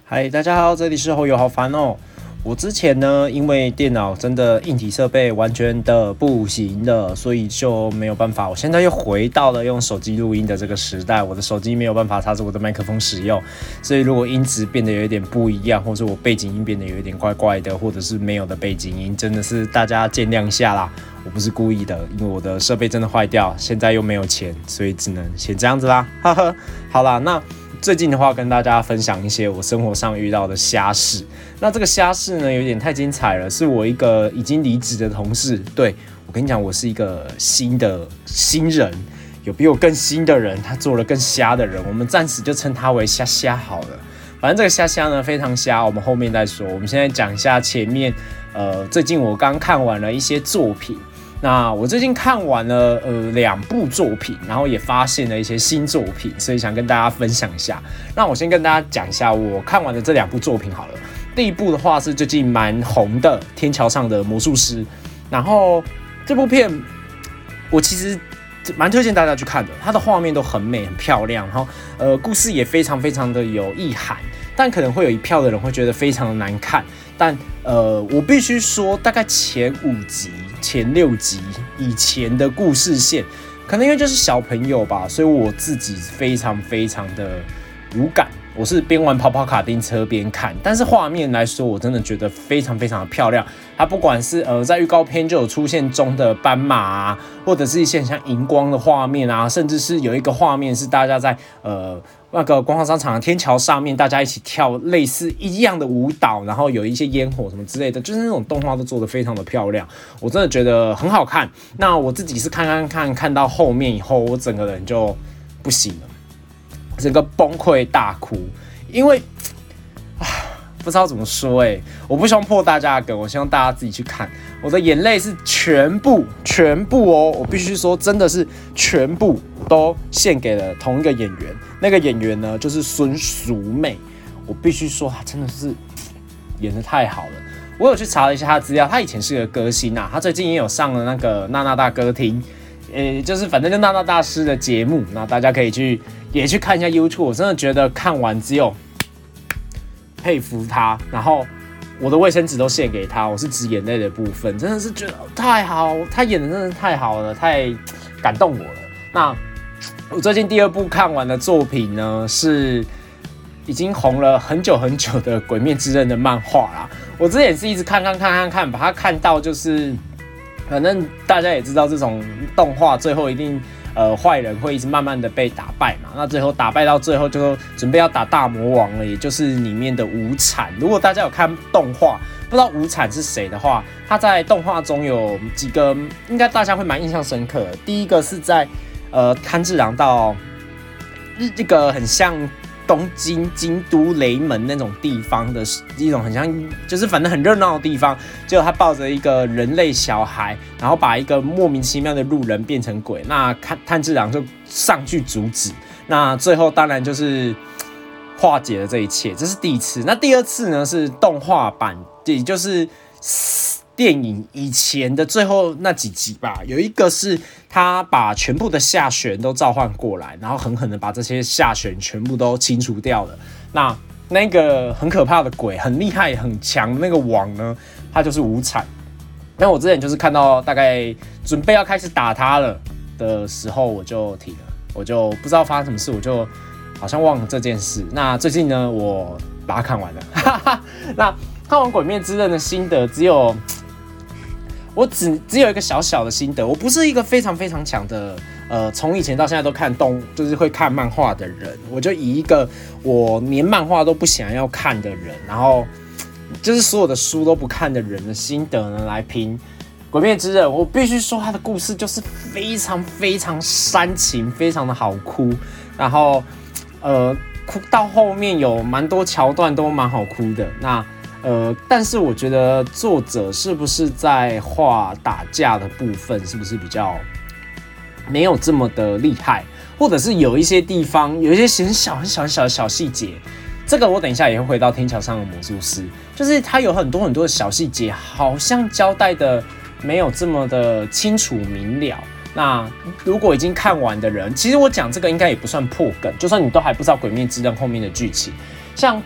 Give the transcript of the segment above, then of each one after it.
嗨，大家好，这里是侯友，好烦哦。我之前呢，因为电脑真的硬体设备完全的不行了，所以就没有办法。我现在又回到了用手机录音的这个时代，我的手机没有办法插着我的麦克风使用，所以如果音质变得有一点不一样，或者我背景音变得有一点怪怪的，或者是没有的背景音，真的是大家见谅一下啦。我不是故意的，因为我的设备真的坏掉，现在又没有钱，所以只能先这样子啦。哈哈，好啦，那最近的话，跟大家分享一些我生活上遇到的瞎事。那这个瞎事呢，有点太精彩了，是我一个已经离职的同事。对，我跟你讲，我是一个新人，有比我更新的人，他做了更瞎的人，我们暂时就称他为瞎瞎好了。反正这个瞎瞎呢非常瞎，我们后面再说。我们现在讲一下前面，最近我刚看完了一些作品。那我最近看完了2部作品，然后也发现了一些新作品，所以想跟大家分享一下。那我先跟大家讲一下我看完的这2部作品好了。第一部的话是最近蛮红的《天桥上的魔术师》，然后这部片我其实蛮推荐大家去看的，它的画面都很美很漂亮，然后故事也非常非常的有意涵，但可能会有一票的人会觉得非常的难看。但我必须说，大概前5集、前6集以前的故事线，可能因为就是小朋友吧，所以我自己非常非常的无感。我是边玩跑跑卡丁车边看，但是画面来说，我真的觉得非常非常的漂亮。它不管是在预告片就有出现中的斑马啊，或者是一些很像荧光的画面啊，甚至是有一个画面是大家在那个光华商场的天桥上面，大家一起跳类似一样的舞蹈，然后有一些烟火什么之类的，就是那种动画都做得非常的漂亮，我真的觉得很好看。那我自己是看到后面以后，我整个人就不行了。整个崩溃大哭，因为不知道怎么说我不希望破大家的梗，我希望大家自己去看。我的眼泪是全部哦，我必须说真的是全部都献给了同一个演员。那个演员呢，就是孙淑媚。我必须说，她真的是演得太好了。我有去查了一下她的资料，她以前是个歌星啊，她最近也有上了那个娜娜大歌厅。就是反正就娜娜大师的节目，那大家可以也去看一下 YouTube。我真的觉得看完只有佩服他，然后我的卫生纸都献给他。我是指眼泪的部分，真的是觉得太好，他演的真的是太好了，太感动我了。那我最近第2部看完的作品呢，是已经红了很久很久的《鬼灭之刃》的漫画啦。我之前是一直看，把它看到就是。反正大家也知道，这种动画最后一定坏人会一直慢慢的被打败嘛。那最后打败到最后就准备要打大魔王了，也就是里面的无惨。如果大家有看动画，不知道无惨是谁的话，他在动画中有几个应该大家会蛮印象深刻的。第一个是在炭治郎到这个很像东京京都雷门那种地方的一种很像，就是反正很热闹的地方，结果他抱着一个人类小孩，然后把一个莫名其妙的路人变成鬼，那炭治郎就上去阻止，那最后当然就是化解了这一切，这是第1次。那第2次呢是动画版，也就是电影以前的最后那几集吧，有一个是他把全部的下弦都召唤过来，然后狠狠的把这些下弦全部都清除掉了。那个很可怕的鬼，很厉害很强的那个王呢，他就是无惨。那我之前就是看到大概准备要开始打他了的时候，我就停了，我就不知道发生什么事，我就好像忘了这件事。那最近呢，我把它看完了。那看完《鬼灭之刃》的心得我只有一个小小的心得，我不是一个非常非常强的从以前到现在都就是会看漫画的人，我就以一个我连漫画都不想要看的人，然后就是所有的书都不看的人的心得呢来评《鬼灭之刃》。我必须说，他的故事就是非常非常煽情，非常的好哭，然后哭到后面有蛮多桥段都蛮好哭的。但是我觉得作者是不是在画打架的部分是不是比较没有这么的厉害，或者是有一些地方有一些很小的小细节，这个我等一下也会回到天桥上的魔术师，就是它有很多的小细节，好像交代的没有这么的清楚明了。那如果已经看完的人，其实我讲这个应该也不算破梗，就算你都还不知道《鬼灭之刃》后面的剧情，像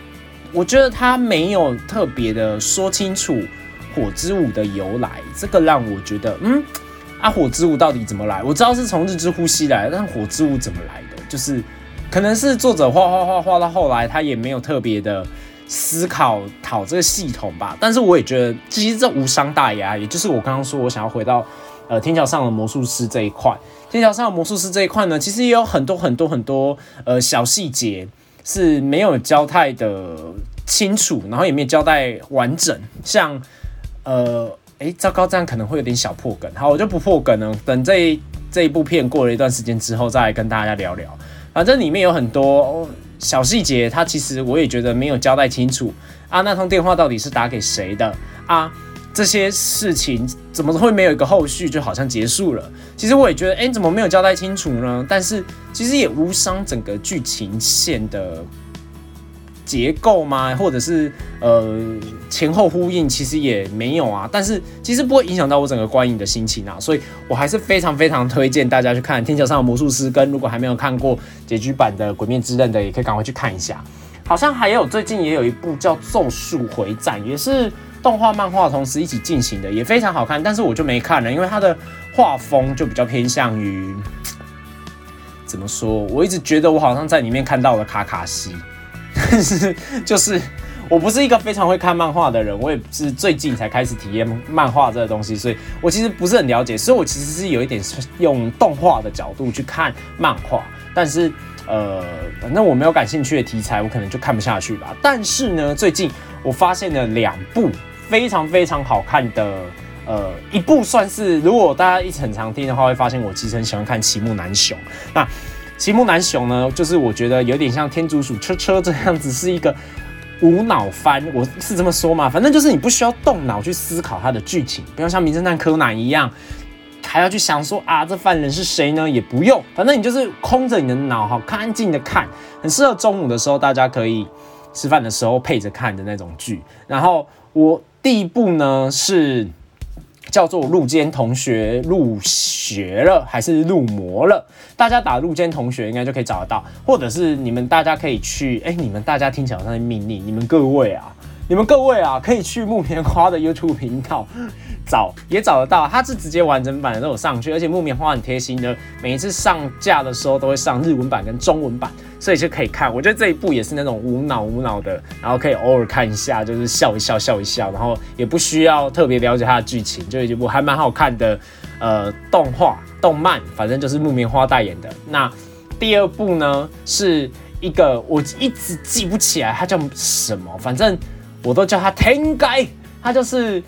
我觉得他没有特别的说清楚火之舞的由来，这个让我觉得，火之舞到底怎么来？我知道是从日之呼吸来的，但火之舞怎么来的？就是可能是作者画到后来，他也没有特别的思考好这个系统吧。但是我也觉得，其实这无伤大雅，也就是我刚刚说我想要回到天桥上的魔术师这一块。天桥上的魔术师这一块呢，其实也有很多小细节是没有交代的清楚，然后也没有交代完整，像糟糕，这样可能会有点小破梗。好，我就不破梗了，等这一部片过了一段时间之后，再来跟大家聊聊。反正里面有很多小细节，它其实我也觉得没有交代清楚啊。那通电话到底是打给谁的啊？这些事情怎么会没有一个后续，就好像结束了？其实我也觉得，怎么没有交代清楚呢？但是其实也无伤整个剧情线的结构吗？或者是前后呼应，其实也没有啊。但是其实不会影响到我整个观影的心情啊，所以我还是非常非常推荐大家去看《天桥上的魔术师》，跟如果还没有看过结局版的《鬼灭之刃》的，也可以赶快去看一下。好像还有最近也有一部叫《咒术回战》，也是动画漫画同时一起进行的，也非常好看。但是我就没看了，因为它的画风就比较偏向于怎么说？我一直觉得我好像在里面看到了卡卡西。但是就是我不是一个非常会看漫画的人，我也是最近才开始体验漫画这个东西，所以我其实不是很了解，所以我其实是有一点用动画的角度去看漫画，但是反正我没有感兴趣的题材，我可能就看不下去吧。但是呢，最近我发现了2部非常非常好看的，一部算是如果大家一直很常听的话，会发现我其实很喜欢看齐木楠雄。那齐木楠雄呢，就是我觉得有点像天竺鼠车车这样子，是一个无脑番，我是这么说嘛？反正就是你不需要动脑去思考它的剧情，不要像名侦探柯南一样，还要去想说这犯人是谁呢？也不用，反正你就是空着你的脑，好安静的看，很适合中午的时候，大家可以吃饭的时候配着看的那种剧。然后我第一部呢是叫做入间同学入学了还是入魔了？大家打入间同学应该就可以找得到，或者是大家可以去，你们大家听起来好像在命令，你们各位啊，可以去木棉花的 YouTube 频道也找得到，它是直接完整版的都有上去，而且木棉花很贴心的，每一次上架的时候都会上日文版跟中文版，所以就可以看。我觉得这一部也是那种无脑的，然后可以偶尔看一下，就是笑一笑，然后也不需要特别了解它的剧情，就一部还蛮好看的动漫，反正就是木棉花代言的。那第2部呢是一个我一直记不起来它叫什么，反正我都叫它天该，它就是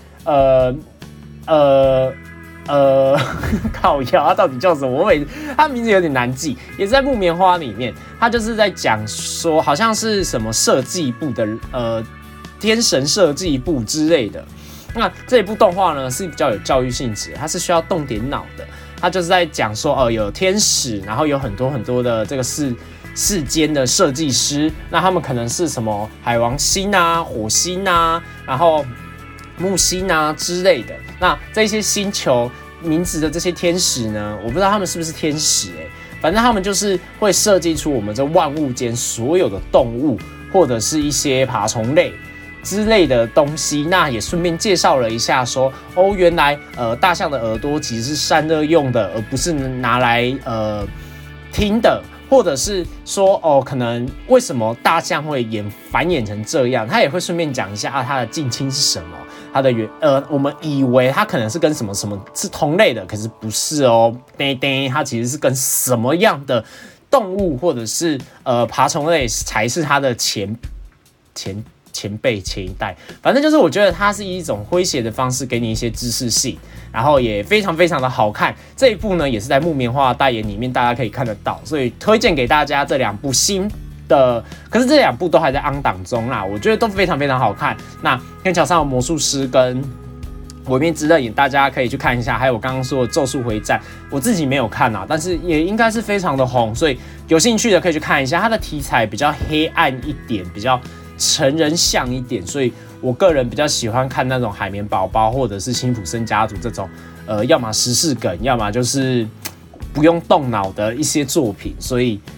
靠腰，它到底叫什么？它名字有点难记，也是在木棉花里面。它就是在讲说，好像是什么设计部的天神设计部之类的。那这一部动画呢是比较有教育性质，它是需要动点脑的。它就是在讲说，有天使，然后有很多的这个世间的设计师，那他们可能是什么海王星啊、火星啊，然后木星啊之类的。那这些星球名字的这些天使呢，我不知道他们是不是天使反正他们就是会设计出我们这万物间所有的动物，或者是一些爬虫类之类的东西。那也顺便介绍了一下说，原来大象的耳朵其实是散热用的，而不是拿来听的。或者是说可能为什么大象会繁衍成这样，他也会顺便讲一下它的近亲是什么，它的我们以为它可能是跟什么是同类的，可是不是它其实是跟什么样的动物或者是爬虫类才是它的前辈前一代。反正就是我觉得它是以一种诙谐的方式给你一些知识性，然后也非常非常的好看。这一部呢也是在木棉花代言里面大家可以看得到，所以推荐给大家这2部新的，可是这2部都还在on档中啦，我觉得都非常非常好看。那天桥上的魔术师跟鬼灭之刃也大家可以去看一下，还有我刚刚说的咒术回战，我自己没有看但是也应该是非常的红，所以有兴趣的可以去看一下。它的题材比较黑暗一点，比较成人像一点，所以我个人比较喜欢看那种海绵宝宝或者是辛普森家族这种要么时事梗，要么就是不用动脑的一些作品。所以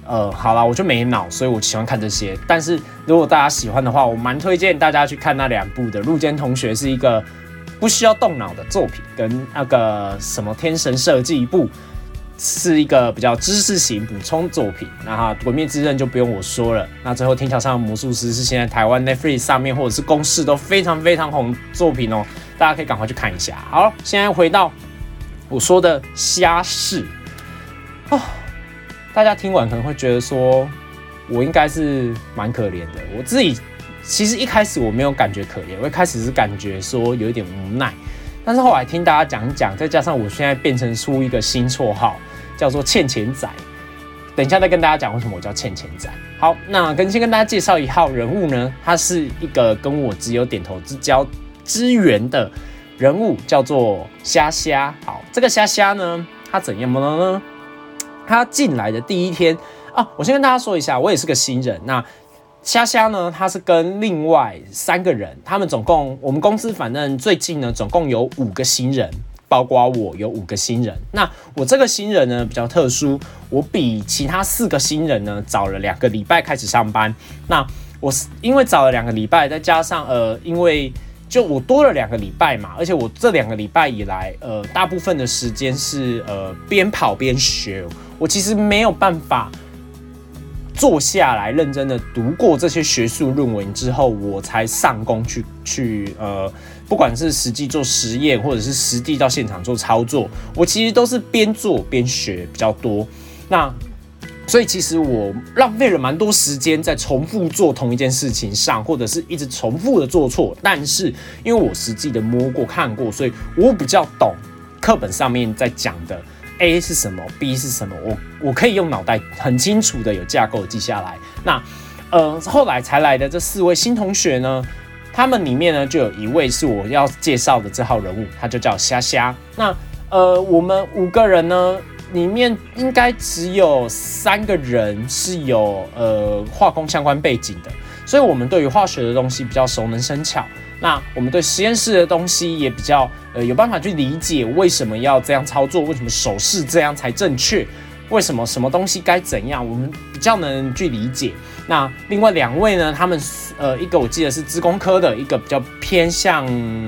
好啦，我就没脑，所以我喜欢看这些。但是如果大家喜欢的话，我蛮推荐大家去看那2部的。入间同学是一个不需要动脑的作品，跟那个什么天神设计部是一个比较知识型补充作品。那鬼灭之刃就不用我说了。那最后天桥上的魔术师是现在台湾 Netflix 上面或者是公视都非常非常红的作品哦，大家可以赶快去看一下。好，现在回到我说的虾事大家听完可能会觉得说，我应该是蛮可怜的。我自己其实一开始我没有感觉可怜，我一开始是感觉说有一点无奈。但是后来听大家讲一讲，再加上我现在变成出一个新绰号，叫做欠钱仔。等一下再跟大家讲为什么我叫欠钱仔。好，那先跟大家介绍一号人物呢，他是一个跟我只有点头之交之缘的人物，叫做虾虾。好，这个虾虾呢，他怎样了呢？他进来的第一天我先跟大家说一下，我也是个新人。那虾虾呢，他是跟另外3个人，他们总共我们公司反正最近呢，总共有5个新人，包括我有5个新人。那我这个新人呢比较特殊，我比其他4个新人呢早了2个礼拜开始上班。那我因为早了2个礼拜，再加上因为就我多了2个礼拜嘛，而且我这2个礼拜以来，大部分的时间是边跑边学，我其实没有办法坐下来认真的读过这些学术论文之后，我才上工去不管是实际做实验，或者是实地到现场做操作，我其实都是边做边学比较多。那所以其实我浪费了蛮多时间在重复做同一件事情上，或者是一直重复的做错。但是因为我实际的摸过看过，所以我比较懂课本上面在讲的 A 是什么 ，B 是什么，我可以用脑袋很清楚的有架构记下来。那后来才来的这4位新同学呢，他们里面呢就有一位是我要介绍的这号人物，他就叫虾虾。那我们5个人呢，里面应该只有3个人是有化工相关背景的，所以我们对于化学的东西比较熟能生巧。那我们对实验室的东西也比较有办法去理解为什么要这样操作，为什么手势这样才正确，为什么什么东西该怎样，我们比较能去理解。那另外2位呢，他们一个我记得是资工科的，一个比较偏向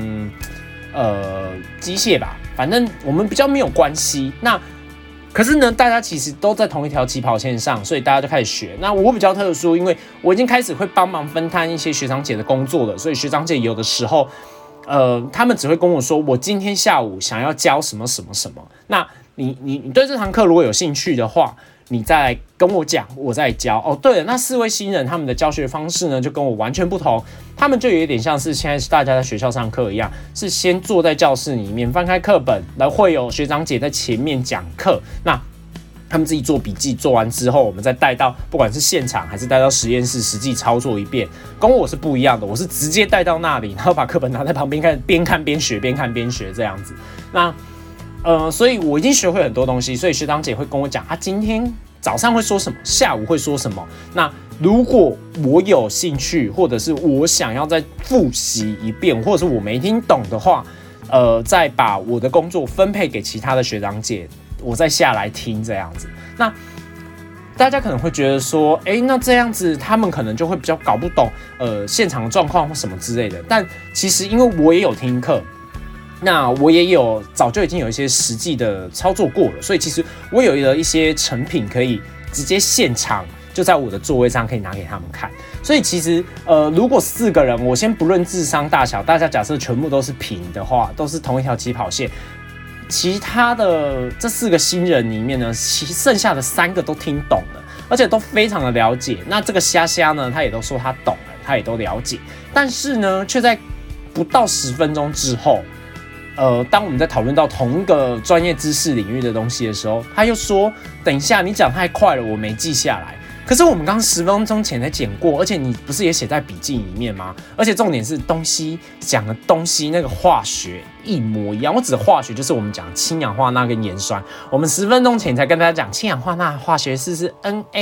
机械吧，反正我们比较没有关系。那可是呢，大家其实都在同一条起跑线上，所以大家就开始学。那我比较特殊，因为我已经开始会帮忙分摊一些学长姐的工作了，所以学长姐有的时候，他们只会跟我说，我今天下午想要教什么什么什么。那你对这堂课如果有兴趣的话，你再来跟我讲，我再教。哦，对了，那4位新人他们的教学方式呢，就跟我完全不同。他们就有一点像是现在大家在学校上课一样，是先坐在教室里面翻开课本，然后会有学长姐在前面讲课。那他们自己做笔记，做完之后，我们再带到不管是现场还是带到实验室实际操作一遍。跟我是不一样的，我是直接带到那里，然后把课本拿在旁边看，边看边学，边看边学这样子。那所以我已经学会很多东西，所以学长姐会跟我讲，今天早上会说什么，下午会说什么。那如果我有兴趣，或者是我想要再复习一遍，或者是我没听懂的话，再把我的工作分配给其他的学长姐，我再下来听这样子。那大家可能会觉得说，那这样子他们可能就会比较搞不懂现场的状况或什么之类的。但其实因为我也有听课，那我也有早就已经有一些实际的操作过了，所以其实我有了一些成品可以直接现场就在我的座位上可以拿给他们看。所以其实如果4个人，我先不论智商大小，大家假设全部都是平的话，都是同一条起跑线，其他的这4个新人里面呢，剩下的3个都听懂了，而且都非常的了解。那这个虾虾呢，他也都说他懂了，他也都了解，但是呢，却在不到10分钟之后，当我们在讨论到同一个专业知识领域的东西的时候，他又说：“等一下，你讲太快了，我没记下来。”可是我们刚10分钟前才讲过，而且你不是也写在笔记里面吗？而且重点是东西讲的东西那个化学一模一样。我指的化学就是我们讲氢氧化钠跟盐酸。我们10分钟前才跟大家讲氢氧化钠化学式是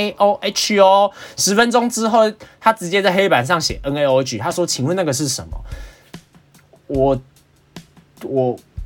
NaOH 哦，10分钟之后他直接在黑板上写 NaOH， 他说：“请问那个是什么？”我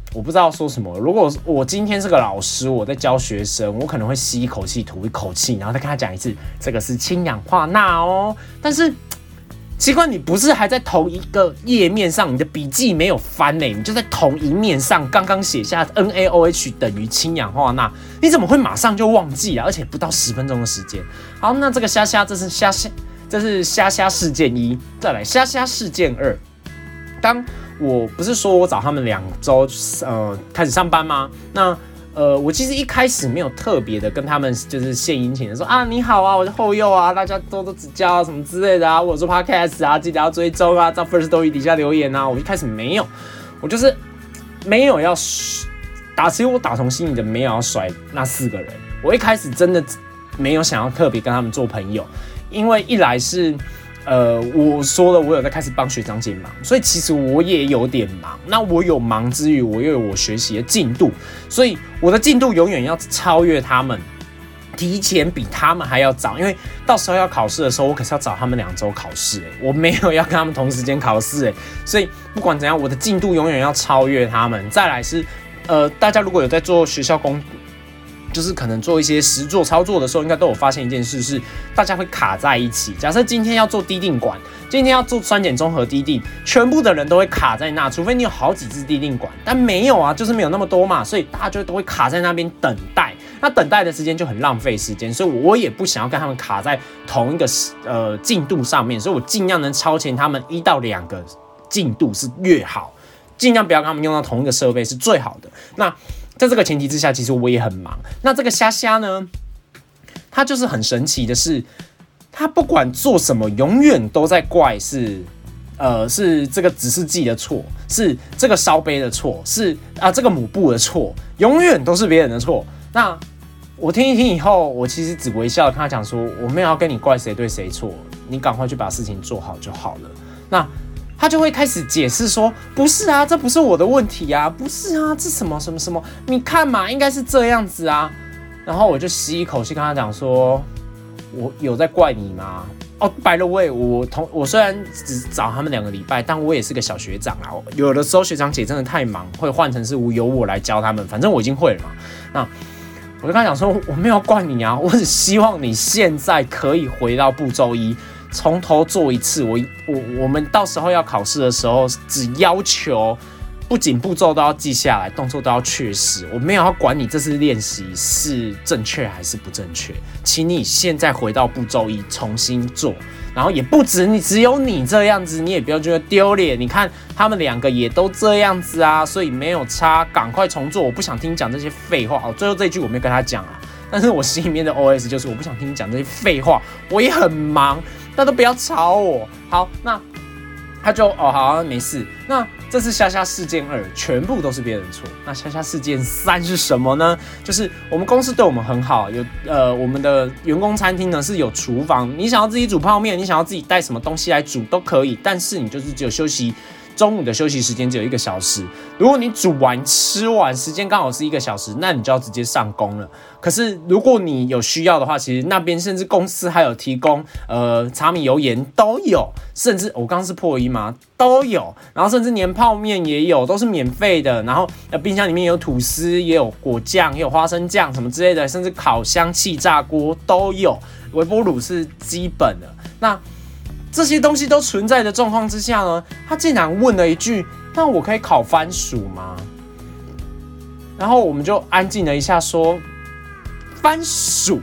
我不知道说什么。如果我今天是个老师，我在教学生，我可能会吸一口气，吐一口气，然后再跟他讲一次，这个是氢氧化钠哦。但是奇怪，你不是还在同一个页面上，你的笔记没有翻呢，你就在同一面上刚刚写下 NaOH 等于氢氧化钠，你怎么会马上就忘记啊？而且不到10分钟的时间。好，那这个虾虾，这是虾虾事件1，再来虾虾事件2。当我不是说我找他们2周开始上班吗？那我其实一开始没有特别的跟他们就是献殷勤的说啊你好啊，我是后佑啊，大家多多指教啊什么之类的啊，我做 podcast 啊，记得要追踪啊，到 Firstory 底下留言啊。我一开始没有，我就是没有要其实我打从心里的没有要甩那4个人。我一开始真的没有想要特别跟他们做朋友，因为一来是我说了，我有在开始帮学长姐忙，所以其实我也有点忙。那我有忙之余，我又有我学习的进度，所以我的进度永远要超越他们，提前比他们还要早。因为到时候要考试的时候，我可是要找他们2周考试，我没有要跟他们同时间考试，所以不管怎样，我的进度永远要超越他们。再来是大家如果有在做学校就是可能做一些实作操作的时候，应该都有发现一件事是，大家会卡在一起。假设今天要做滴定管，今天要做酸碱中和滴定，全部的人都会卡在那，除非你有好几支滴定管，但没有啊，就是没有那么多嘛，所以大家就都会卡在那边等待。那等待的时间就很浪费时间，所以我也不想要跟他们卡在同一个进度上面，所以我尽量能超前他们1到2个进度是越好，尽量不要跟他们用到同一个设备是最好的。那在这个前提之下，其实我也很忙。那这个虾虾呢，他就是很神奇的是，他不管做什么，永远都在怪是这个指示剂的错，是这个烧杯的错，是这个抹布的错，永远都是别人的错。那我听一听以后，我其实只微笑的跟他讲说，我没有要跟你怪谁对谁错，你赶快去把事情做好就好了。那他就会开始解释说，不是啊，这不是我的问题啊，不是啊，这什么什么什么，你看嘛，应该是这样子啊。然后我就吸一口气跟他讲说，我有在怪你吗？哦，by the way，我虽然只找他们2个礼拜，但我也是个小学长啊。有的时候学长姐真的太忙，会换成是由我来教他们，反正我已经会了嘛。那我就跟他讲说，我没有怪你啊，我只希望你现在可以回到步骤1。从头做一次，我们到时候要考试的时候，只要求不仅步骤都要记下来，动作都要确实。我没有要管你这次练习是正确还是不正确，请你现在回到步骤1重新做。然后也不止只有你这样子，你也不要觉得丢脸。你看他们2个也都这样子啊，所以没有差，赶快重做。我不想听讲这些废话。最后这一句我没有跟他讲啊，但是我心里面的 OS 就是我不想听你讲这些废话，我也很忙。那都不要吵我。好，那他就好，没事。那这是虾虾事件2，全部都是别人错。那虾虾事件3是什么呢？就是我们公司对我们很好，有我们的员工餐厅呢是有厨房，你想要自己煮泡面，你想要自己带什么东西来煮都可以，但是你就是只有中午的休息时间只有1个小时，如果你煮完吃完时间刚好是1个小时，那你就要直接上工了。可是如果你有需要的话，其实那边甚至公司还有提供茶米油盐都有，甚至我刚刚是破1吗？都有，然后甚至连泡面也有，都是免费的。然后冰箱里面有吐司，也有果酱，也有花生酱什么之类的，甚至烤箱、气炸锅都有。微波炉是基本的。那这些东西都存在的状况之下呢，他竟然问了一句：“那我可以烤番薯吗？”然后我们就安静了一下，说：“番薯，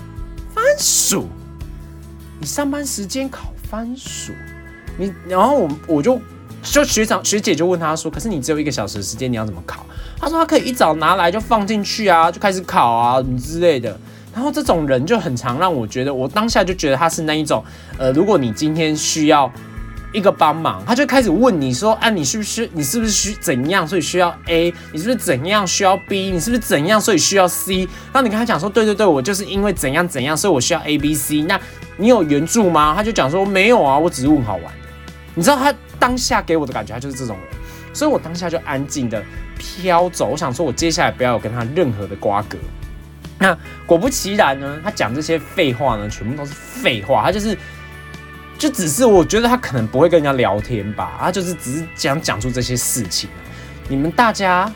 你上班时间烤番薯？然后我就学姐就问他说：“可是你只有1个小时的时间，你要怎么烤？”他说：“他可以一早拿来就放进去啊，就开始烤啊，什么之类的。”然后这种人就很常让我觉得，我当下就觉得他是那一种，如果你今天需要一个帮忙，他就开始问你说，你是不是怎样，所以需要 A， 你是不是怎样需要 B， 你是不是怎样所以需要 C， 然后你跟他讲说，对，我就是因为怎样怎样，所以我需要 A、B、C， 那你有援助吗？他就讲说没有啊，我只是问好玩的。你知道他当下给我的感觉，他就是这种人，所以我当下就安静的飘走，我想说我接下来不要有跟他任何的瓜葛。那果不其然呢，他讲这些废话呢，全部都是废话。他就只是我觉得他可能不会跟人家聊天吧，他就是只是讲出这些事情。你们大家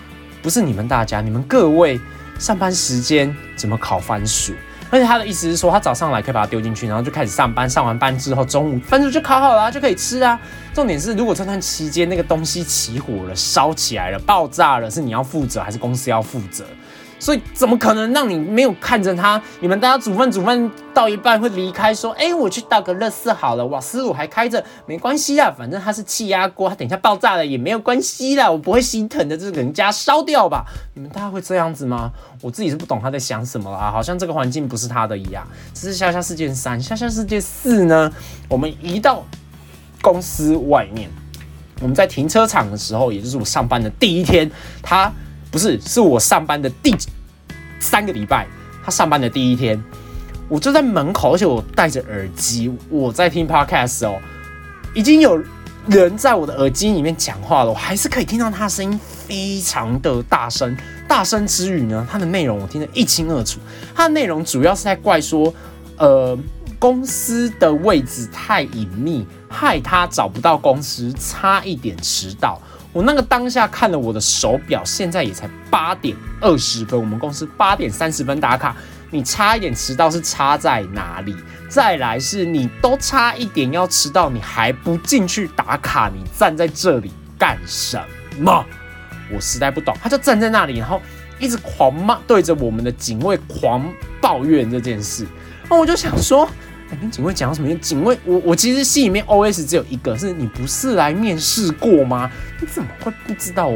不是你们大家，你们各位上班时间怎么烤番薯？而且他的意思是说，他早上来可以把它丢进去，然后就开始上班，上完班之后中午番薯就烤好了，就可以吃啊。重点是，如果这段期间那个东西起火了、烧起来了、爆炸了，是你要负责还是公司要负责？所以怎么可能让你没有看着他？你们大家煮饭到一半会离开，说：“我去倒个垃圾好了，瓦斯炉还开着，没关系啦，反正它是气压锅，它等一下爆炸了也没有关系啦，我不会心疼的，这个人家烧掉吧？”你们大家会这样子吗？我自己是不懂他在想什么啦，好像这个环境不是他的一样。这是下事件3，下事件4呢？我们移到公司外面，我们在停车场的时候，也就是我上班的第一天，是我上班的第3个礼拜，他上班的第一天，我就在门口，而且我戴着耳机，我在听 podcast 哦，已经有人在我的耳机里面讲话了，我还是可以听到他的声音非常的大声，大声之余呢，他的内容我听得一清二楚，他的内容主要是在怪说，公司的位置太隐秘，害他找不到公司，差一点迟到。我那个当下看了我的手表，现在也才8点20分，我们公司8点30分打卡，你差一点迟到是差在哪里？再来是你都差一点要迟到，你还不进去打卡，你站在这里干什么？我实在不懂。他就站在那里，然后一直狂骂，对着我们的警卫狂抱怨这件事。那我就想说，跟警卫讲什么？警卫，我其实心里面 OS 只有一个，是你不是来面试过吗？你怎么会不知道？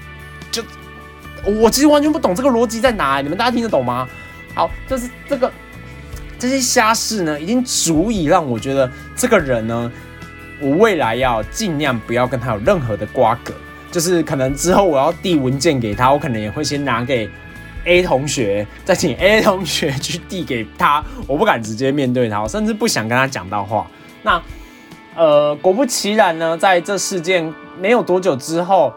我其实完全不懂这个逻辑在哪，你们大家听得懂吗？好，就是这些瞎事呢，已经足以让我觉得这个人呢，我未来要尽量不要跟他有任何的瓜葛。就是可能之后我要递文件给他，我可能也会先拿给 A 同学，再请 A 同学去递给他，我不敢直接面对他，我甚至不想跟他讲到话。那果不其然呢，在这事件没有多久之后，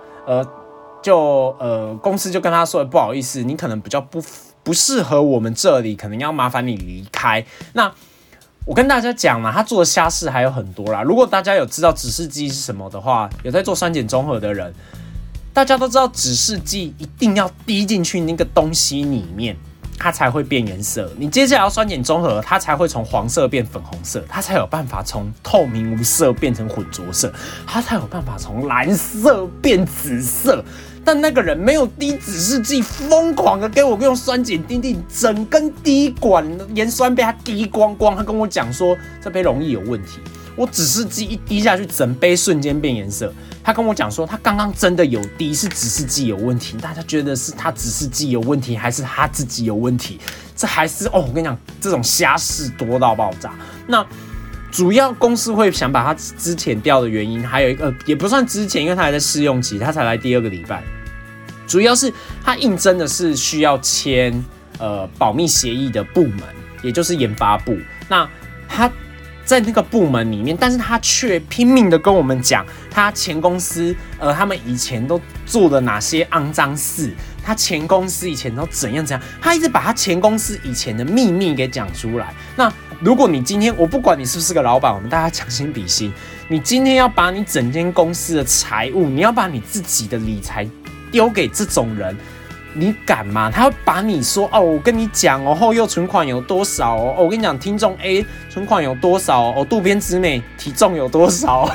公司就跟他说，不好意思，你可能比较不适合我们这里，可能要麻烦你离开。那我跟大家讲啦，他做的瞎事还有很多啦。如果大家有知道指示剂是什么的话，有在做酸碱中和的人，大家都知道指示剂一定要滴进去那个东西里面，它才会变颜色。你接下来要酸碱中和，它才会从黄色变粉红色，它才有办法从透明无色变成混浊色，它才有办法从蓝色变紫色。但那个人没有滴指示剂，疯狂的给我用酸碱滴，整根滴管盐酸被他滴光光。他跟我讲说这杯容易有问题，我指示剂一滴下去，整杯瞬间变颜色。他跟我讲说他刚刚真的有滴，是指示剂有问题。大家觉得是他指示剂有问题，还是他自己有问题？这还是我跟你讲，这种瞎事多到爆炸。那主要公司会想把他资遣掉的原因，还有一个也不算资遣，因为他还在试用期，他才来第2个礼拜。主要是他应征的是需要签保密协议的部门，也就是研发部。那他在那个部门里面，但是他却拼命的跟我们讲，他前公司他们以前都做了哪些肮脏事，他前公司以前都怎样，他一直把他前公司以前的秘密给讲出来。那如果你今天，我不管你是不是个老板，我们大家将心比心，你今天要把你整间公司的财务，你要把你自己的理财丢给这种人，你敢吗？他会把你说我跟你讲后右存款有多少我跟你讲听众 A 存款有多少渡边直美体重有多少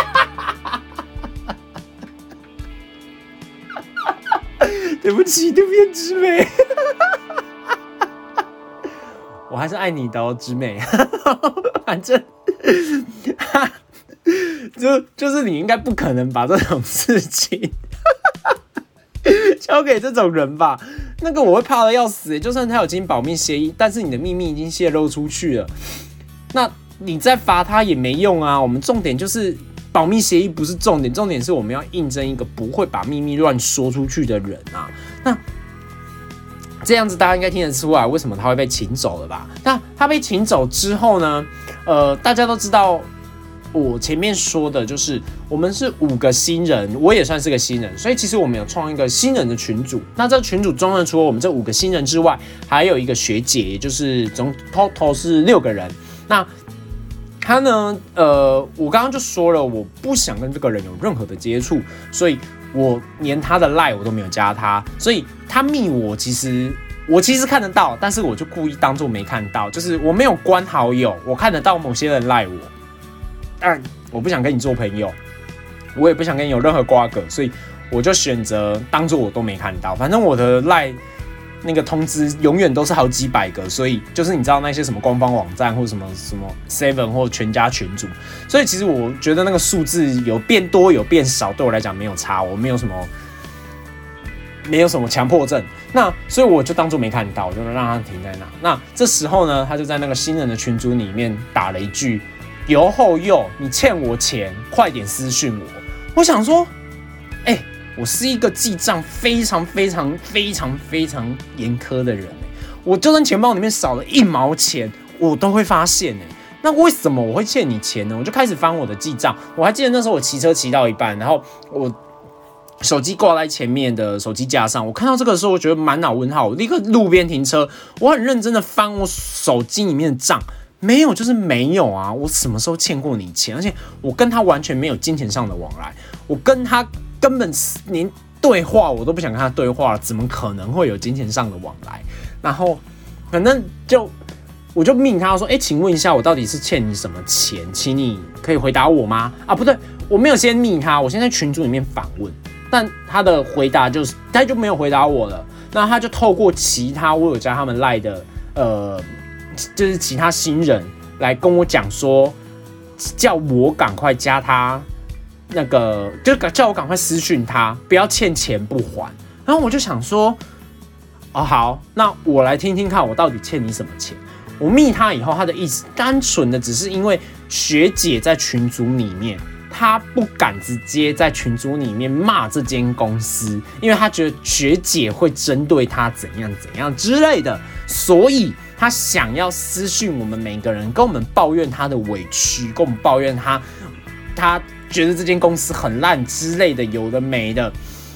对不起，渡边直美我还是爱你的直美反正就是你应该不可能把这种事情交给这种人吧，那个我会怕的要死就算他有签保密协议，但是你的秘密已经泄露出去了，那你再罚他也没用啊。我们重点就是保密协议不是重点，重点是我们要应征一个不会把秘密乱说出去的人啊。那这样子大家应该听得出来为什么他会被请走了吧？那他被请走之后呢？大家都知道。我前面说的就是我们是5个新人，我也算是个新人，所以其实我们有创一个新人的群组。那这个群组中呢，除了我们这5个新人之外，还有一个学姐，也就是总 total 是6个人。那他呢，我刚刚就说了，我不想跟这个人有任何的接触，所以我连他的 LINE 我都没有加他，所以他密我其实看得到，但是我就故意当作没看到，就是我没有关好友，我看得到某些人赖我，但我不想跟你做朋友，我也不想跟你有任何瓜葛，所以我就选择当作我都没看到。反正我的赖那个通知永远都是好几百个，所以就是你知道那些什么官方网站或什么 Seven 或全家群组，所以其实我觉得那个数字有变多有变少，对我来讲没有差，我没有什么强迫症，那所以我就当作没看到，我就让他停在那。那这时候呢，他就在那个新人的群组里面打了一句“由后右，你欠我钱，快点私讯我”。我想说，我是一个记账非常严苛的人，我就算钱包里面少了1毛钱，我都会发现。那为什么我会欠你钱呢？我就开始翻我的记账。我还记得那时候我骑车骑到一半，然后我手机挂在前面的手机架上，我看到这个时候，我觉得满脑问号，我立刻路边停车，我很认真的翻我手机里面的账，没有就是没有啊，我什么时候欠过你钱？而且我跟他完全没有金钱上的往来，我跟他根本连对话我都不想跟他对话了，怎么可能会有金钱上的往来？然后反正我就命他说，请问一下，我到底是欠你什么钱？请你可以回答我吗？啊，不对，我没有先密他，我先在群组里面反问。但他的回答就是，他就没有回答我了。那他就透过其他我有加他们 LINE 的就是其他新人来跟我讲说，叫我赶快加他那个，就叫我赶快私讯他，不要欠钱不还。然后我就想说，好，那我来听听看，我到底欠你什么钱？我密他以后，他的意思单纯的只是因为学姐在群组里面。他不敢直接在群组里面骂这间公司，因为他觉得学姐会针对他怎样之类的，所以他想要私讯我们每个人，跟我们抱怨他的委屈，跟我们抱怨他觉得这间公司很烂之类的，有的没的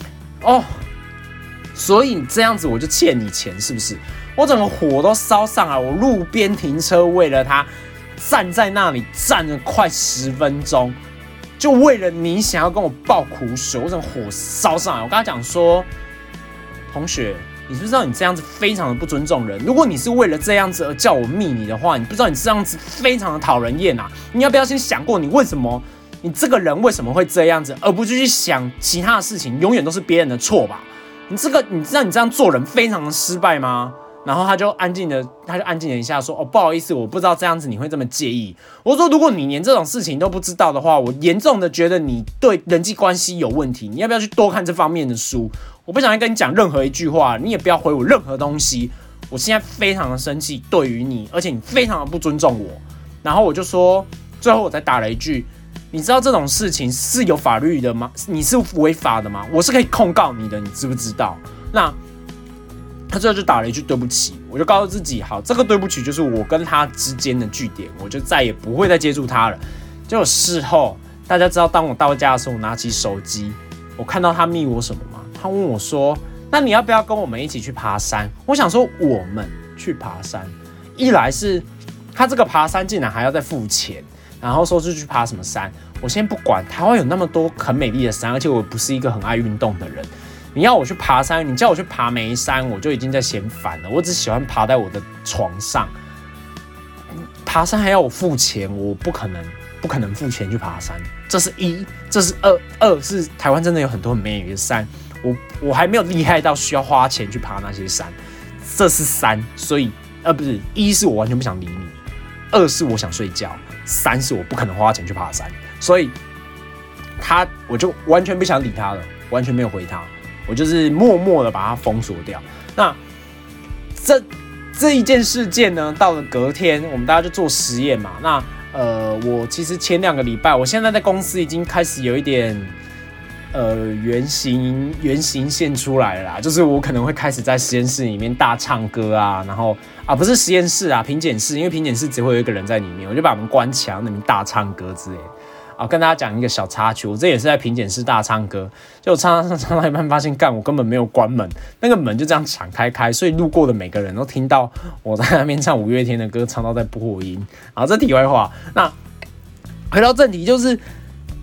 所以这样子我就欠你钱是不是？我整个火都烧上来，我路边停车为了他站在那里站了快10分钟。就为了你想要跟我爆苦水，我整个火烧上来。我跟他讲说，同学，你知不知道你这样子非常的不尊重人？如果你是为了这样子而叫我密你的话，你不知道你这样子非常的讨人厌啊！你要不要先想过，你这个人为什么会这样子，而不去想其他的事情，永远都是别人的错吧？你知道你这样做人非常的失败吗？然后他就安静的一下说，不好意思，我不知道这样子你会这么介意。我说，如果你连这种事情都不知道的话，我严重的觉得你对人际关系有问题。你要不要去多看这方面的书？我不想再跟你讲任何一句话，你也不要回我任何东西。我现在非常的生气，对于你，而且你非常的不尊重我。然后我就说，最后我才打了一句，你知道这种事情是有法律的吗？你是违法的吗？我是可以控告你的，你知不知道？那他最后就打了一句对不起，我就告诉自己，好，这个对不起就是我跟他之间的句点，我就再也不会再接触他了。结果事后，大家知道，当我到家的时候，我拿起手机，我看到他密我什么吗？他问我说：“那你要不要跟我们一起去爬山？”我想说，我们去爬山，一来是他这个爬山竟然还要再付钱，然后说是去爬什么山，我先不管，台湾有那么多很美丽的山，而且我不是一个很爱运动的人。你要我去爬山，你叫我去爬眉山，我就已经在嫌烦了。我只喜欢爬在我的床上，爬山还要我付钱，我不可能付钱去爬山。这是一，这是二是台湾真的有很多很美丽的山，我还没有厉害到需要花钱去爬那些山。这是三，所以不是一是我完全不想理你，二是我想睡觉，三是我不可能花钱去爬山，所以我就完全不想理他了，完全没有回他。我就是默默的把它封锁掉。那这一件事件呢，到了隔天，我们大家就做实验嘛。那我其实前2个礼拜，我现在在公司已经开始有一点原型现出来了啦。就是我可能会开始在实验室里面大唱歌啊，然后不是实验室啊，品检室，因为品检室只会有一个人在里面，我就把门关起来，那边大唱歌之类的。跟大家讲一个小插曲，我这也是在品检室大唱歌，就唱到一半发现，我根本没有关门，那个门就这样敞开，所以路过的每个人都听到我在那边唱5月天的歌，唱到在破音。这题外话。那回到正题，就是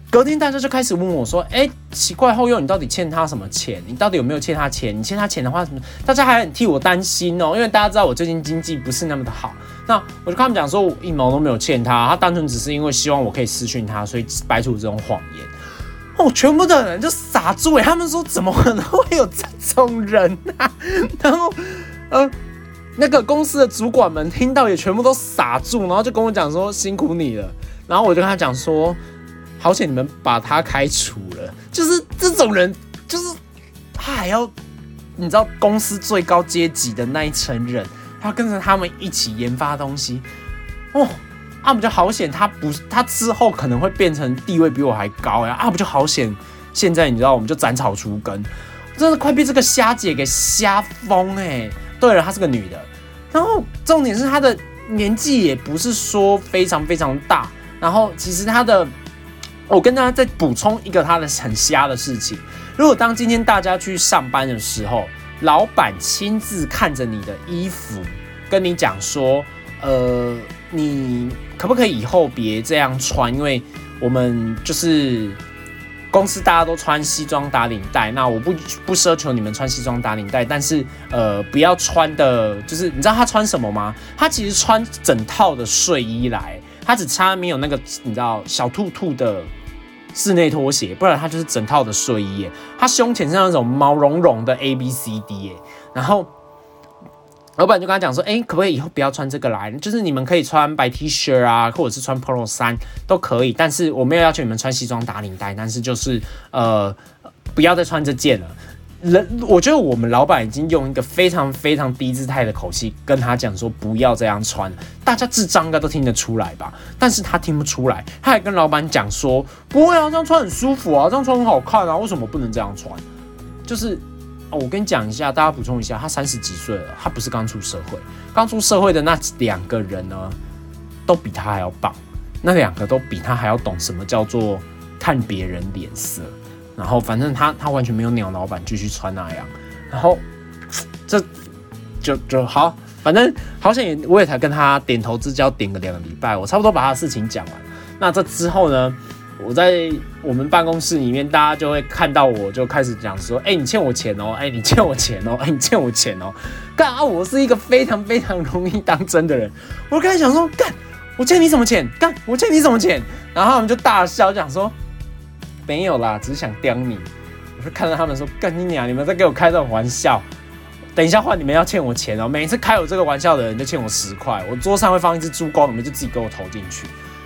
隔天大家就开始问我说：“奇怪，后佑你到底欠他什么钱？你到底有没有欠他钱？你欠他钱的话，什么？”大家还很替我担心哦，因为大家知道我最近经济不是那么的好。那我就跟他们讲说，我1毛都没有欠他，他单纯只是因为希望我可以私讯他，所以摆出这种谎言。全部的人就傻住他们说怎么可能会有这种人啊？然后那个公司的主管们听到也全部都傻住，然后就跟我讲说辛苦你了。然后我就跟他讲说，好险你们把他开除了。就是这种人，就是他还要你知道公司最高阶级的那一层人，他要跟着他们一起研发东西不就好险，他之后可能会变成地位比我还高呀！不就好险，现在你知道我们就斩草除根，真的快被这个虾姐给虾疯对了，她是个女的，然后重点是她的年纪也不是说非常非常大，然后其实我跟大家再补充一个她的很瞎的事情，如果当今天大家去上班的时候，老板亲自看着你的衣服，跟你讲说，你可不可以以后别这样穿？因为我们就是公司大家都穿西装打领带，那我不奢求你们穿西装打领带，但是不要穿的，就是你知道他穿什么吗？他其实穿整套的睡衣来，他只差没有那个你知道小兔兔的室内拖鞋，不然他就是整套的睡衣耶。他胸前是那种毛茸茸的 ABCD 耶，然后老板就跟他讲说，可不可以以后不要穿这个来？就是你们可以穿白 T 恤啊，或者是穿 Polo 衫都可以，但是我没有要求你们穿西装打领带，但是就是不要再穿这件了。我觉得我们老板已经用一个非常非常低姿态的口气跟他讲说不要这样穿，大家智障应该都听得出来吧？但是他听不出来，他还跟老板讲说不会啊，这样穿很舒服啊，这样穿很好看啊，为什么不能这样穿？就是我跟你讲一下，大家补充一下，他30几岁了，他不是刚出社会，刚出社会的那2个人呢，都比他还要棒，那2个都比他还要懂什么叫做看别人脸色。然后反正他完全没有鸟老板继续穿那样，然后这就好，反正好像我也才跟他点头之交点个2个礼拜，我差不多把他的事情讲完。那这之后呢，我在我们办公室里面，大家就会看到我就开始讲说，你欠我钱哦，你欠我钱哦，你欠我钱哦。我是一个非常非常容易当真的人，我就开始想说，我欠你什么钱？我欠你什么钱？然后他们就大笑，讲说没有啦，只是想刁你。我就看到他们说，干你娘，你们在给我开这种玩笑。等一下换你们要欠我钱哦，每一次开我这个玩笑的人就欠我10块，我桌上会放一只猪公，你们就自己给我投进去。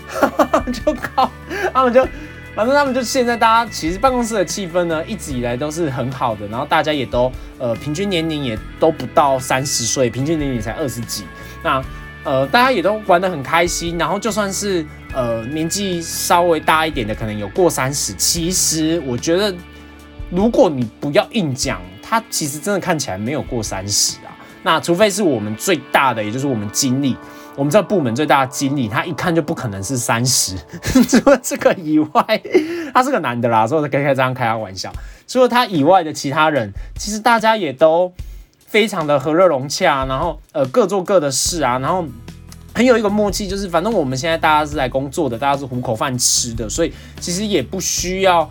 反正他们就现在大家其实办公室的气氛呢，一直以来都是很好的，然后大家也都平均年龄也都不到30岁，平均年龄才20几。那大家也都玩得很开心，然后就算是年纪稍微大一点的，可能有过30，其实我觉得如果你不要硬讲，他其实真的看起来没有过30啊。那除非是我们最大的，也就是我们经理。我们这个部门最大的经理，他一看就不可能是30。除了这个以外，他是个男的啦，所以我可以这样开他玩笑。除了他以外的其他人，其实大家也都非常的和乐融洽，然后各做各的事啊，然后很有一个默契，就是反正我们现在大家是来工作的，大家是糊口饭吃的，所以其实也不需要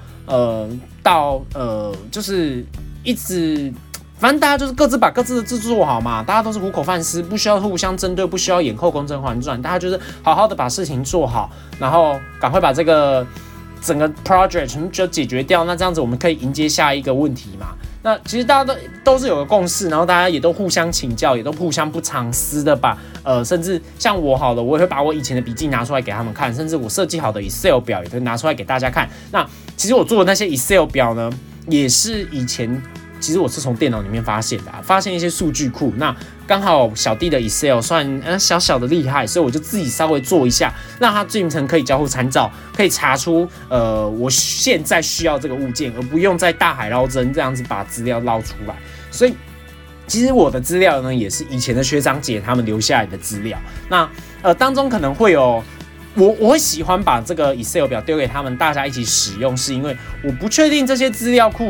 就是一直。反正大家就是各自把各自的事做好嘛，大家都是糊口饭吃，不需要互相针对，不需要掩后宫甄嬛传，大家就是好好的把事情做好，然后赶快把这个整个 project 全部就解决掉，那这样子我们可以迎接下一个问题嘛。那其实大家都是有个共识，然后大家也都互相请教，也都互相不藏私的把甚至像我好了，我也会把我以前的笔记拿出来给他们看，甚至我设计好的 Excel 表也会拿出来给大家看。那其实我做的那些 Excel 表呢，也是以前。其实我是从电脑里面发现的发现一些数据库。那刚好小弟的 Excel 算小小的厉害，所以我就自己稍微做一下，让它进程可以交互参照，可以查出我现在需要这个物件，而不用在大海捞针这样子把资料捞出来。所以其实我的资料呢，也是以前的学长姐他们留下来的资料。那当中可能会有。我会喜欢把这个 Excel 表丢给他们，大家一起使用，是因为我不确定这些资料库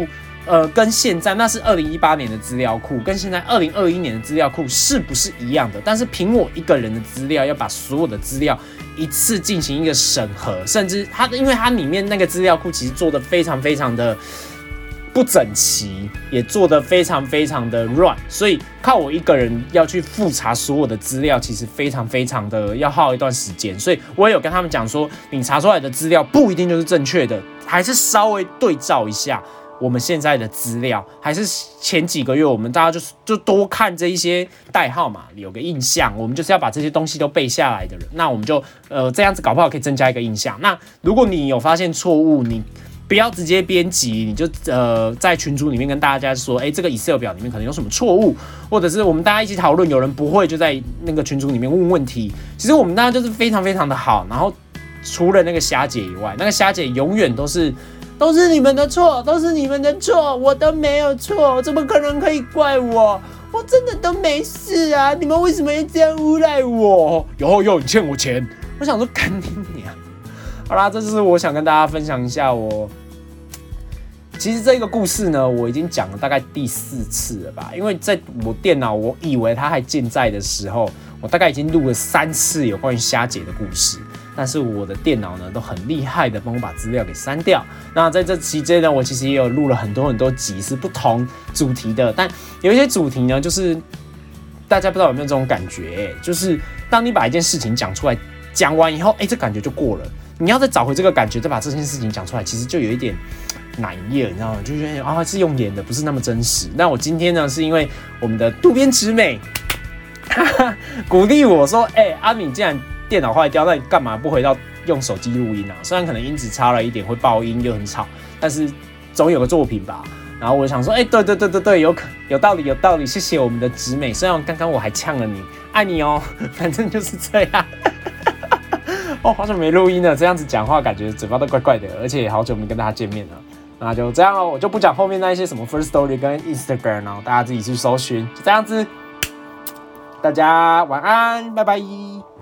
跟现在那是2018年的资料库，跟现在2021年的资料库是不是一样的？但是凭我一个人的资料，要把所有的资料一次进行一个审核，甚至因为它里面那个资料库其实做的非常非常的不整齐，也做得非常非常的乱，所以靠我一个人要去复查所有的资料，其实非常非常的要耗一段时间。所以我也有跟他们讲说，你查出来的资料不一定就是正确的，还是稍微对照一下我们现在的资料，还是前几个月我们大家就多看这一些代号嘛，有个印象。我们就是要把这些东西都背下来的人，那我们就这样子搞不好可以增加一个印象。那如果你有发现错误，你不要直接编辑，你就在群组里面跟大家说，这个 Excel 表里面可能有什么错误，或者是我们大家一起讨论，有人不会就在那个群组里面问问题。其实我们大家就是非常非常的好，然后除了那个虾姐以外，那个虾姐永远都是你们的错，都是你们的错，我都没有错，怎么可能可以怪我？我真的都没事啊！你们为什么要这样诬赖我？有你欠我钱，我想说干你娘！好啦，这就是我想跟大家分享一下其实这个故事呢，我已经讲了大概第4次了吧？因为在我电脑我以为它还健在的时候，我大概已经录了3次有关于虾姐的故事。但是我的电脑呢都很厉害的帮我把资料给删掉。那在这期间呢，我其实也有录了很多集是不同主题的，但有一些主题呢，就是大家不知道有没有这种感觉，就是当你把一件事情讲出来，讲完以后，这感觉就过了，你要再找回这个感觉，再把这件事情讲出来，其实就有一点难耶，你知道吗？就觉得是用演的，不是那么真实。那我今天呢，是因为我们的渡边直美鼓励我说，阿敏既然电脑坏掉，那你干嘛不回到用手机录音啊？虽然可能音质差了一点，会爆音又很吵，但是总有个作品吧。然后我想说，对，有道理，谢谢我们的直美。虽然刚刚我还呛了你，爱你哦，反正就是这样。好久没录音了，这样子讲话感觉嘴巴都怪怪的，而且也好久没跟大家见面了。那就这样咯，我就不讲后面那一些什么 First Story 跟 Instagram 了，大家自己去搜寻。就这样子，大家晚安，拜拜。